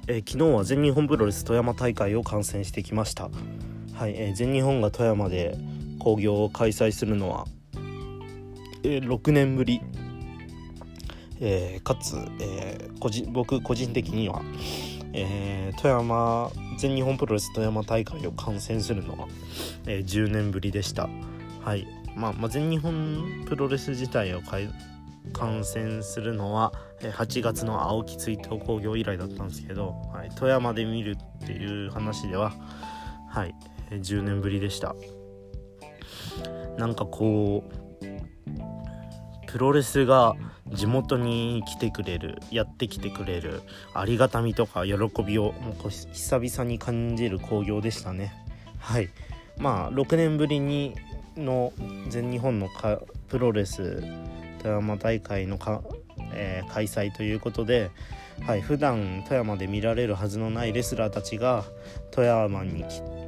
昨日は全日本プロレス富山大会を観戦してきました。全日本が富山で興行を開催するのは、6年ぶり、かつ、僕個人的には、全日本プロレス富山大会を観戦するのは、10年ぶりでした。全日本プロレス自体を観戦するのは8月の青木追悼興行以来だったんですけど、富山で見るっていう話では、10年ぶりでした。なんかこうプロレスが地元に来てくれる、やってきてくれるありがたみとか喜びを久々に感じる興行でしたね。6年ぶりの全日本のプロレス富山大会の開催ということで、普段富山で見られるはずのないレスラーたちが富山にや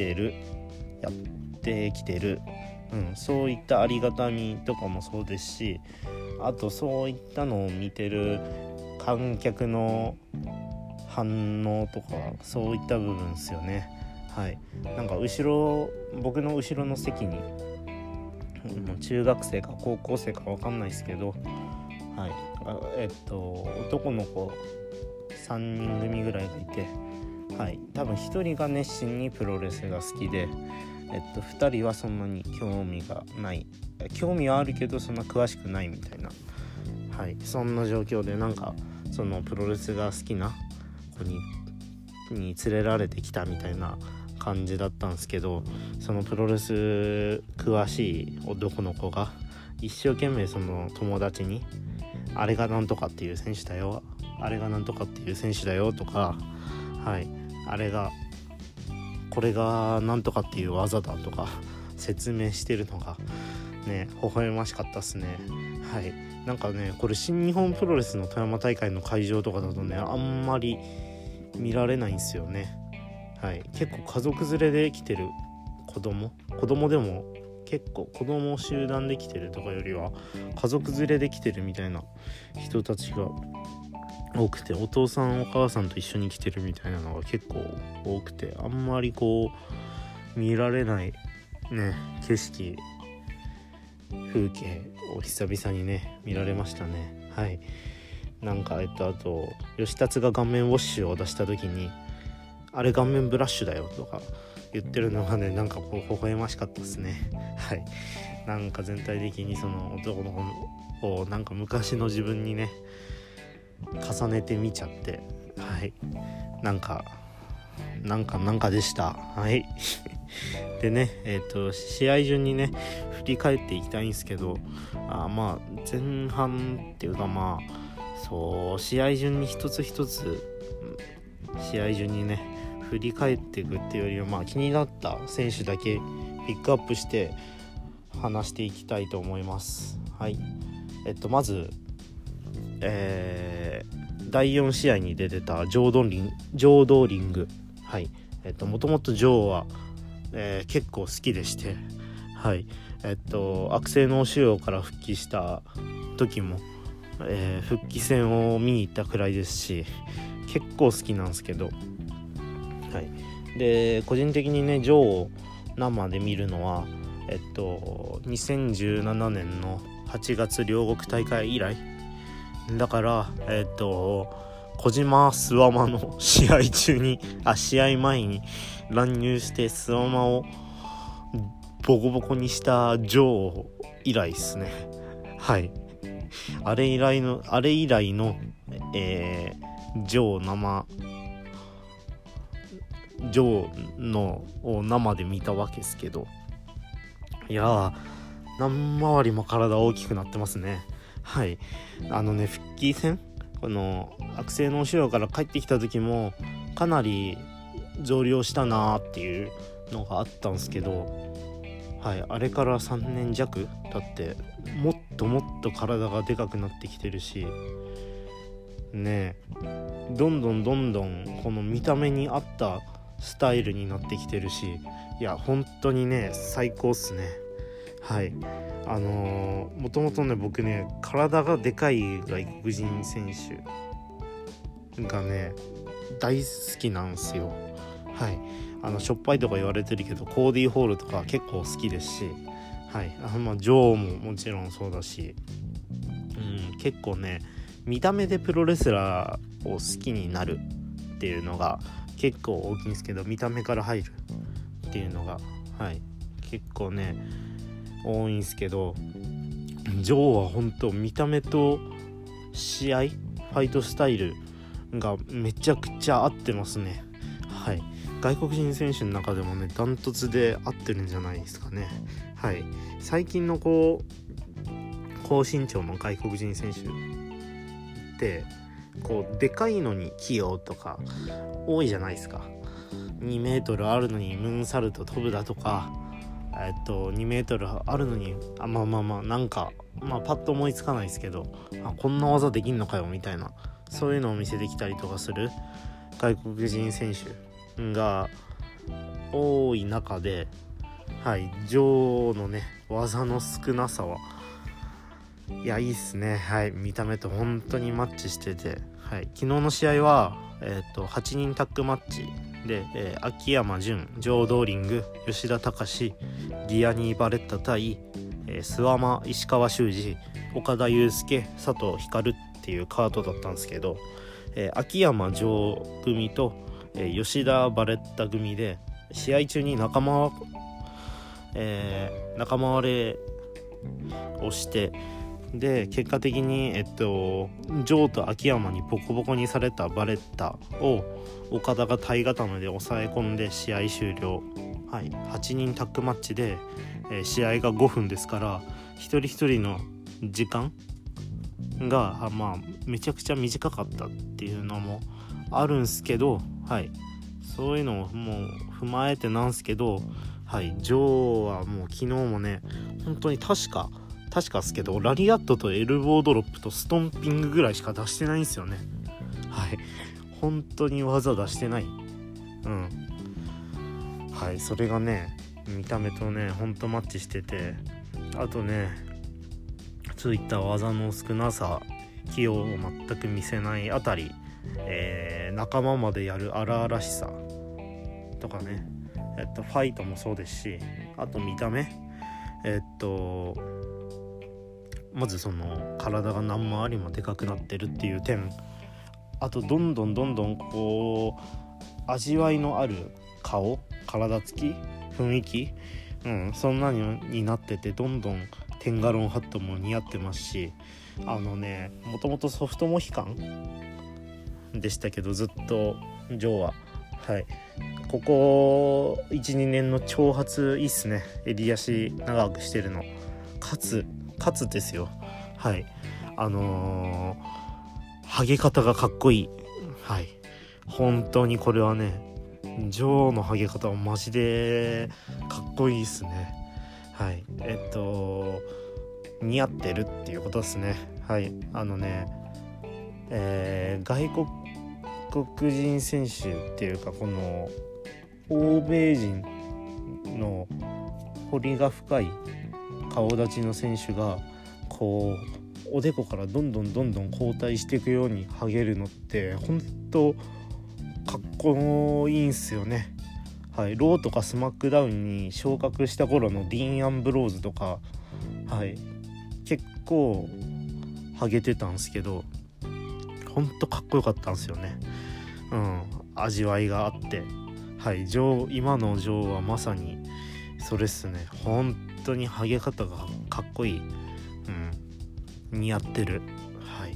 ってきてる、そういったありがたみとかもそうですし、あとそういったのを見てる観客の反応とか、そういった部分ですよね。なんか僕の後ろの席に中学生か高校生か分かんないですけど、男の子3人組ぐらいがいて、多分1人が熱心にプロレスが好きで、2人はそんなに興味がない、興味はあるけどそんな詳しくないみたいな、そんな状況で、なんかそのプロレスが好きな子に連れられてきたみたいな感じだったんですけど、そのプロレス詳しい男の子が一生懸命その友達に、あれがなんとかっていう選手だよ、あれがなんとかっていう選手だよとか、これがなんとかっていう技だとか説明してるのがね、微笑ましかったっすね。なんかね、これ新日本プロレスの富山大会の会場とかだとね、あんまり見られないんですよね。結構家族連れで来てる子供でも結構子供集団で来てるとかよりは家族連れで来てるみたいな人たちが多くて、お父さんお母さんと一緒に来てるみたいなのが結構多くて、あんまりこう見られないね景色、風景を久々にね見られましたね。なんかあと吉達が顔面ウォッシュを出した時に、あれ顔面ブラッシュだよとか言ってるのがね、なんかこう微笑ましかったですね。なんか全体的にその男の子をなんか昔の自分にね重ねてみちゃって、なんかでした。でね、試合順にね振り返っていきたいんですけど、前半っていうか試合順に一つ一つ試合順にね振り返っていくっていうよりは、気になった選手だけピックアップして話していきたいと思います。まず、第4試合に出てたジョードーリング、もともとジョーは、結構好きでして、悪性脳腫瘍から復帰した時も、復帰戦を見に行ったくらいですし、結構好きなんですけど、で個人的にねジョーを生で見るのは2017年の8月両国大会以来だから、小島スワマの試合前に乱入してスワマをボコボコにしたジョー以来ですね。あれ以来の、ジョーのを生で見たわけですけど、いやー何回りも体大きくなってますね。復帰戦、この悪性脳腫瘍から帰ってきた時もかなり増量したなーっていうのがあったんですけど、あれから3年弱経ってもっともっと体がでかくなってきてるしね、どんどんこの見た目に合ったスタイルになってきてるし、いや本当にね最高っすね。もともとね僕ね体がでかい外国人選手がね大好きなんですよ。はい、しょっぱいとか言われてるけどコーディーホールとか結構好きですし、はい、ジョーももちろんそうだし、結構ね見た目でプロレスラーを好きになるっていうのが結構大きいんですけど、見た目から入るっていうのが、はい、結構ね多いんですけど、ジョーは本当見た目と試合ファイトスタイルがめちゃくちゃ合ってますね。はい、外国人選手の中でもねダントツで合ってるんじゃないですかね。はい、最近の高身長の外国人選手ってでかいのに器用とか多いじゃないですか。2メートルあるのにムーンサルト飛ぶだとか、2メートルあるのになんかパッと思いつかないですけど、こんな技できんのかよみたいな、そういうのを見せてきたりとかする外国人選手が多い中で、はい、ジョーのね技の少なさはいやいいっすね。はい、見た目と本当にマッチしてて、はい、昨日の試合は、8人タッグマッチで、秋山純、ジョー・ドーリング、吉田隆、ギアニー・バレッタ対、諏訪間、石川修司、岡田祐介、佐藤光っていうカードだったんですけど、秋山ジョー組と、吉田バレッタ組で試合中に仲間割れをして、で結果的に、ジョーと秋山にボコボコにされたバレッタを岡田が体固めで抑え込んで試合終了。はい、8人タッグマッチで、試合が5分ですから一人一人の時間がめちゃくちゃ短かったっていうのもあるんすけど、はい、そういうのをもう踏まえてなんすけど、はい、ジョーはもう昨日もね本当に確かですけどラリアットとエルボードロップとストンピングぐらいしか出してないんですよね。はい、本当に技出してない。はい、それがね見た目とねほんとマッチしてて、あとねそういった技の少なさ、器用を全く見せないあたり、仲間までやる荒々しさとかね、ファイトもそうですし、あと見た目、まずその体が何回りもでかくなってるっていう点、あとどんどん味わいのある顔、体つき、雰囲気、そんなになってて、どんどんテンガロンハットも似合ってますし、もともとソフトモヒカンでしたけどずっとジョーは、はい、ここ 1,2 年の長髪いいっすね。襟足長くしてるのかつですよ。はい、ハゲ方がかっこいい。はい、本当にこれはねジョーのハゲ方はマジでかっこいいっすね。はい、似合ってるっていうことですね。はい、外国人選手っていうかこの欧米人の彫りが深い顔立ちの選手がこうおでこからどんどん後退していくようにハゲるのって本当かっこいいんすよね。はい、ローとかスマックダウンに昇格した頃のディーン・アンブローズとか、はい、結構ハゲてたんですけどほんとかっこよかったんですよね。味わいがあって、はい、今のジョーはまさにそれっすね。本当にハゲ方がかっこいい、似合ってる。はい、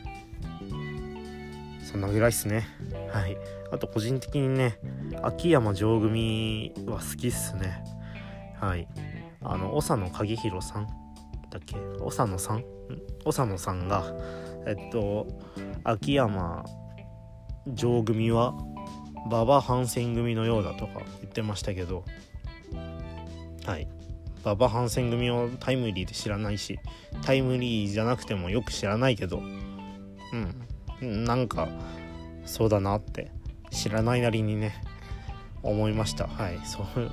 そんなぐらいっすね。はい、あと個人的にね秋山城組は好きっすね。はい、長野影弘さんだっけ、長野さんが秋山城組は馬場ハンセン組のようだとか言ってましたけど、はい、馬場ハンセン組をタイムリーで知らないし、タイムリーじゃなくてもよく知らないけど、なんかそうだなって知らないなりにね思いました。はい、そう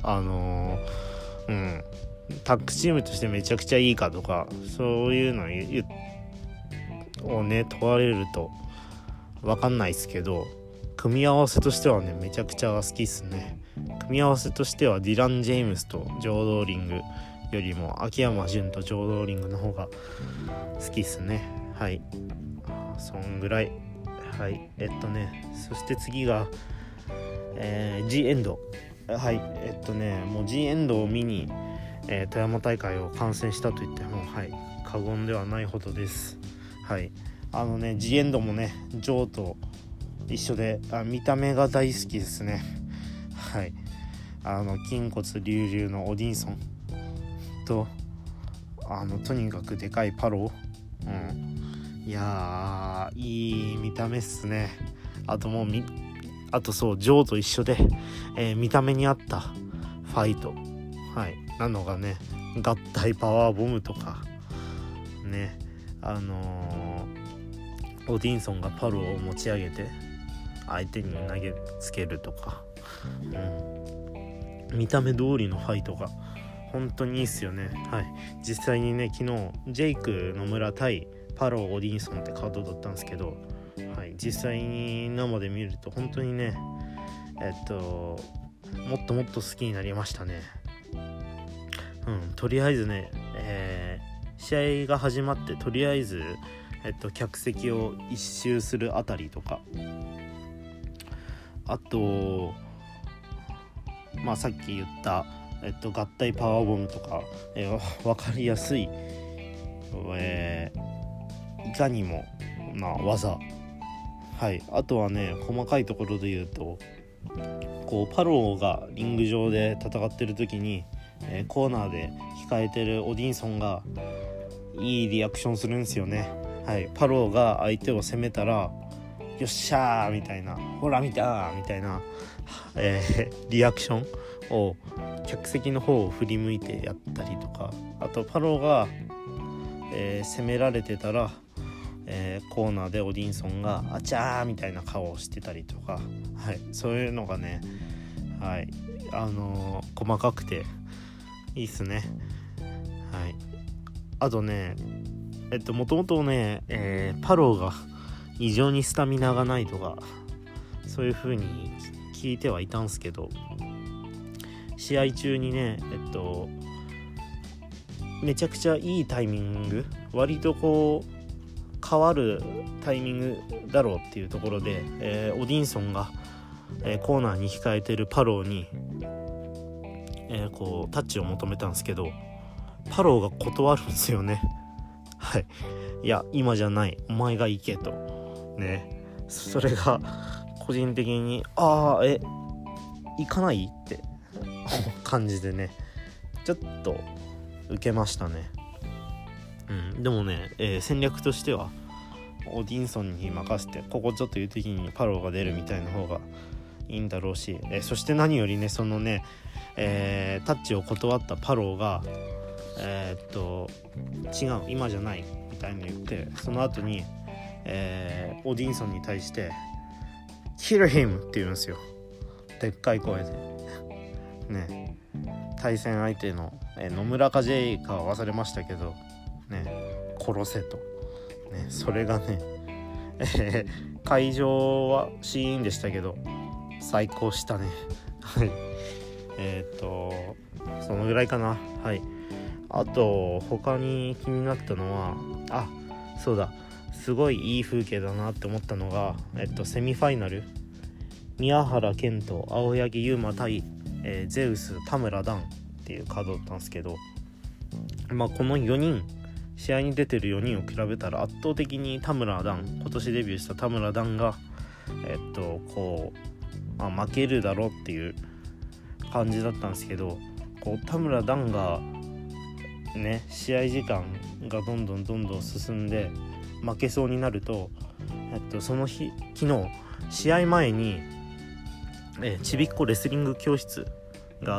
タッグチームとしてめちゃくちゃいいかとかそういうのをね問われると分かんないですけど、 組み合わせとしてはねめちゃくちゃ好きっすね。組み合わせとしてはディラン・ジェームスとジョー・ドーリングよりも秋山純とジョー・ドーリングの方が好きっすね。はい、そんぐらい。はい、そして次が、G エンド。はい、もう G エンドを見に、富山大会を観戦したと言っても、はい、過言ではないほどです。はい、G エンドもねジョーと一緒で見た目が大好きですね。はい、筋骨隆々のオディンソンととにかくでかいパロー、いやーいい見た目っすね。あとそうジョーと一緒で、見た目に合ったファイト、はい、なのがね合体パワーボムとかね、オディンソンがパローを持ち上げて相手に投げつけるとか、見た目通りのファイトが本当にいいっすよね。はい、実際にね昨日ジェイク野村対パローオディンソンってカードだったんですけど、はい、実際に生で見ると本当にねもっともっと好きになりましたね。とりあえずね、試合が始まってとりあえず客席を一周するあたりとか、あとさっき言った合体パワーボムとか、分かりやすい、いかにもな技、はい、あとはね細かいところで言うとこうパローがリング上で戦ってる時に、コーナーで控えてるオディンソンがいいリアクションするんですよね。はい、パローが相手を攻めたらよっしゃーみたいな、ほら見たーみたいな、リアクションを客席の方を振り向いてやったりとか、あとパローが、攻められてたら、コーナーでオディンソンがあちゃーみたいな顔をしてたりとか、はい、そういうのがね、はい、細かくていいっすね。はい、あとねもともとね、パローが異常にスタミナがないとかそういう風に聞いてはいたんすけど、試合中にねめちゃくちゃいいタイミング、割とこう変わるタイミングだろうっていうところで、オディンソンが、コーナーに控えてるパローに、こうタッチを求めたんですけど、パローが断るんですよね。はい、いや今じゃない、お前が行けとね。それが個人的に行かないって感じでねちょっと受けましたね。でもね、戦略としてはオディンソンに任せてここちょっという時にパローが出るみたいな方がいいんだろうし、そして何よりねそのね、タッチを断ったパローが違う今じゃないみたいに言って、その後に、オディンソンに対してKill him って言うんですよ、でっかい声でね。対戦相手の、野村かジェイかは忘れましたけどね、殺せとね、それがね、会場はシーンでしたけど最高したね。はいそのぐらいかな。はい、あと他に気になったのはそうだ、すごいいい風景だなって思ったのが、セミファイナル宮原健人青柳優馬対、ゼウス田村ダンっていうカードだったんですけど、この4人試合に出てる4人を比べたら圧倒的に田村ダン、今年デビューした田村ダンが負けるだろうっていう感じだったんですけど、田村ダンがね試合時間がどんどん進んで負けそうになると、その日昨日試合前に、ちびっこレスリング教室があって、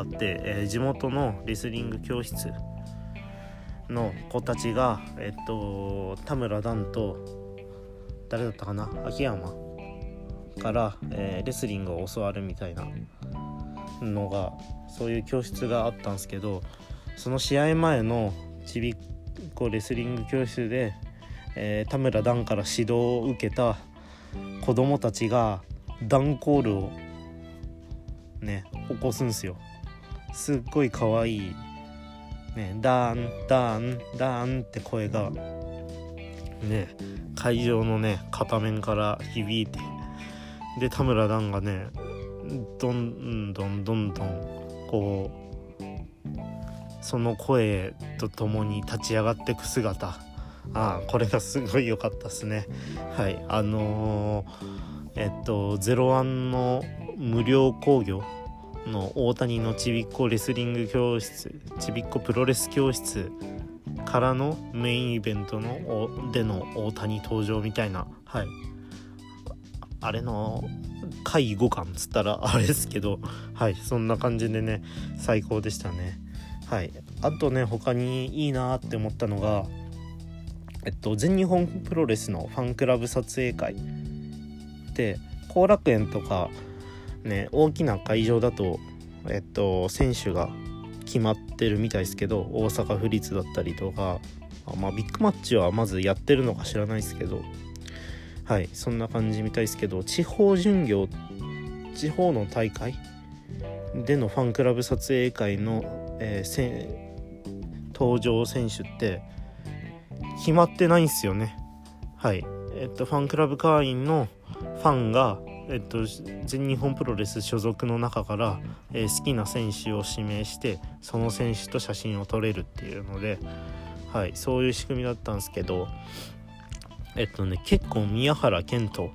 地元のレスリング教室の子たちが、田村ダンと誰だったかな、秋山から、レスリングを教わるみたいなのが、そういう教室があったんですけど、その試合前のちびっこレスリング教室で、田村ダンから指導を受けた子供たちがダンコールをね起こすんすよ。すっごい可愛いね、ダーンダーンダーンって声がね会場のね片面から響いて、で田村ダンがねどんどんこうその声とともに立ち上がっていく姿、これがすごい良かったですね。はい、01の無料興行の大谷のちびっこレスリング教室、ちびっこプロレス教室からのメインイベントでの大谷登場みたいな、はい、あれの回5巻つったらあれですけど、はい、そんな感じでね最高でしたね。はい、あとね他にいいなって思ったのが、全日本プロレスのファンクラブ撮影会で、後楽園とかね大きな会場だと選手が決まってるみたいですけど、大阪府立だったりとか、ビッグマッチはまずやってるのか知らないですけど、はい、そんな感じみたいですけど、地方の大会でのファンクラブ撮影会の、登場選手って決まってないんですよね。はい、ファンクラブ会員のファンが、全日本プロレス所属の中から、好きな選手を指名してその選手と写真を撮れるっていうので、はい、そういう仕組みだったんですけど、結構宮原健人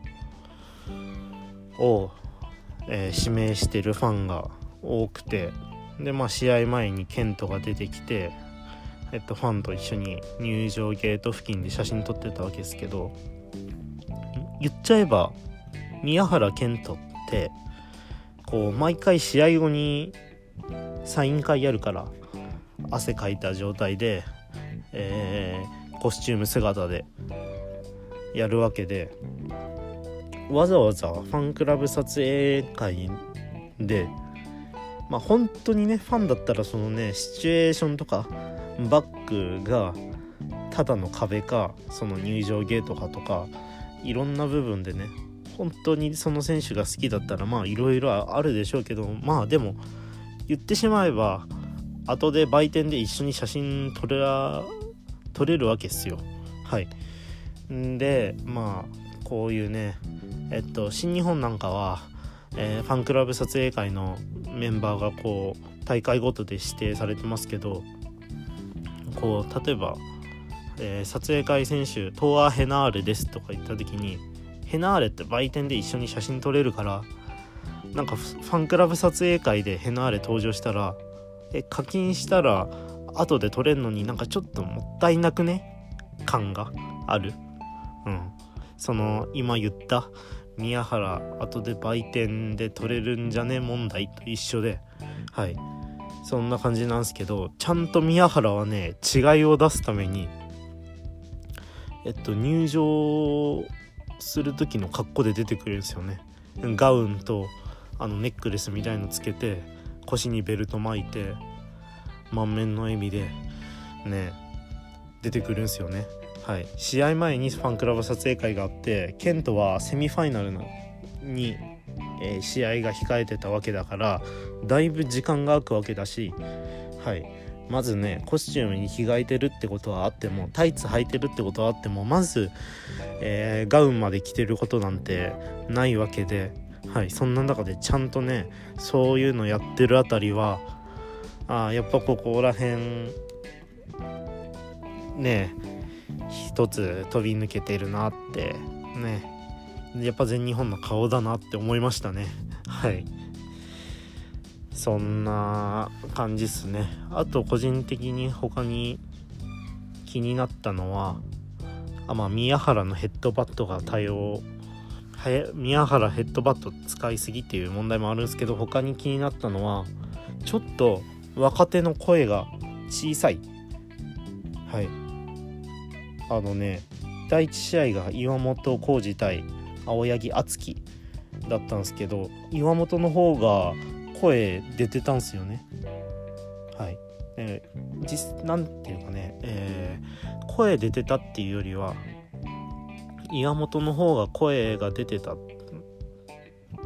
を、指名してるファンが多くて、で試合前に健人が出てきて、ファンと一緒に入場ゲート付近で写真撮ってたわけですけど、言っちゃえば宮原健人ってこう毎回試合後にサイン会やるから汗かいた状態で、コスチューム姿でやるわけで、わざわざファンクラブ撮影会で、本当にねファンだったらそのねシチュエーションとかバックがただの壁かその入場ゲートかとかいろんな部分でね、本当にその選手が好きだったらいろいろあるでしょうけど、でも言ってしまえば後で売店で一緒に写真撮れるわけですよ。はい。でこういうね新日本なんかは、ファンクラブ撮影会のメンバーがこう大会ごとで指定されてますけど、こう例えば、撮影会選手トーアヘナーレですとか言った時に、ヘナーレって売店で一緒に写真撮れるから、なんかファンクラブ撮影会でヘナーレ登場したら課金したら後で撮れるのになんかちょっともったいなくね感がある。その今言った宮原後で売店で撮れるんじゃね問題と一緒で、はい、そんな感じなんですけど、ちゃんと宮原はね違いを出すために入場する時の格好で出てくるんですよね。ガウンとネックレスみたいのつけて腰にベルト巻いて満面の笑みでね出てくるんですよね。はい、試合前にファンクラブ撮影会があって、ケントはセミファイナルに、試合が控えてたわけだからだいぶ時間が空くわけだし、はい、まずねコスチュームに着替えてるってことはあっても、タイツ履いてるってことはあっても、まず、ガウンまで着てることなんてないわけで、はい、そんな中でちゃんとねそういうのやってるあたりはやっぱここら辺ね一つ飛び抜けてるなってね、やっぱ全日本の顔だなって思いましたね。はい、そんな感じっすね。あと個人的に他に気になったのは宮原のヘッドバットが宮原ヘッドバット使いすぎっていう問題もあるんですけど、他に気になったのはちょっと若手の声が小さい。はい、第一試合が岩本浩二対青柳敦樹だったんですけど、岩本の方が声出てたんですよね。はい、なんていうかね、声出てたっていうよりは岩本の方が声が出てたっ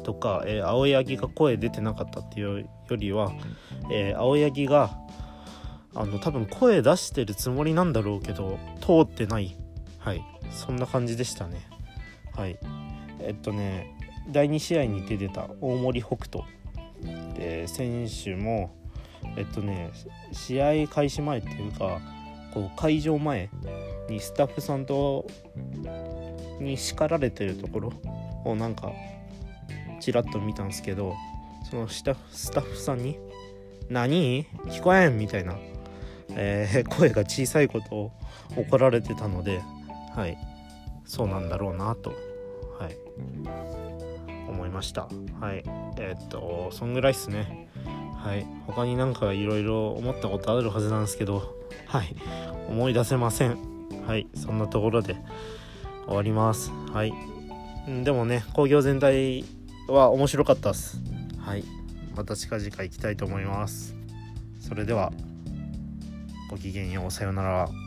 とか、青柳が声出てなかったっていうよりは、青柳が多分声出してるつもりなんだろうけど通ってない、はい、そんな感じでしたね。はい、第2試合に出てた大森北斗で選手も試合開始前っていうかこう会場前にスタッフさんに叱られてるところをなんかちらっと見たんですけど、そのスタッフさんに何聞こえんみたいな、声が小さいことを怒られてたので、はい、そうなんだろうなと、はい、思いました。はい、そんぐらいっすね。はい、他になんかいろいろ思ったことあるはずなんですけど、はい、思い出せません。はい、そんなところで終わります。はい、でもね、興行全体は面白かったっす。はい、また近々行きたいと思います。それではごきげんよう、さようなら。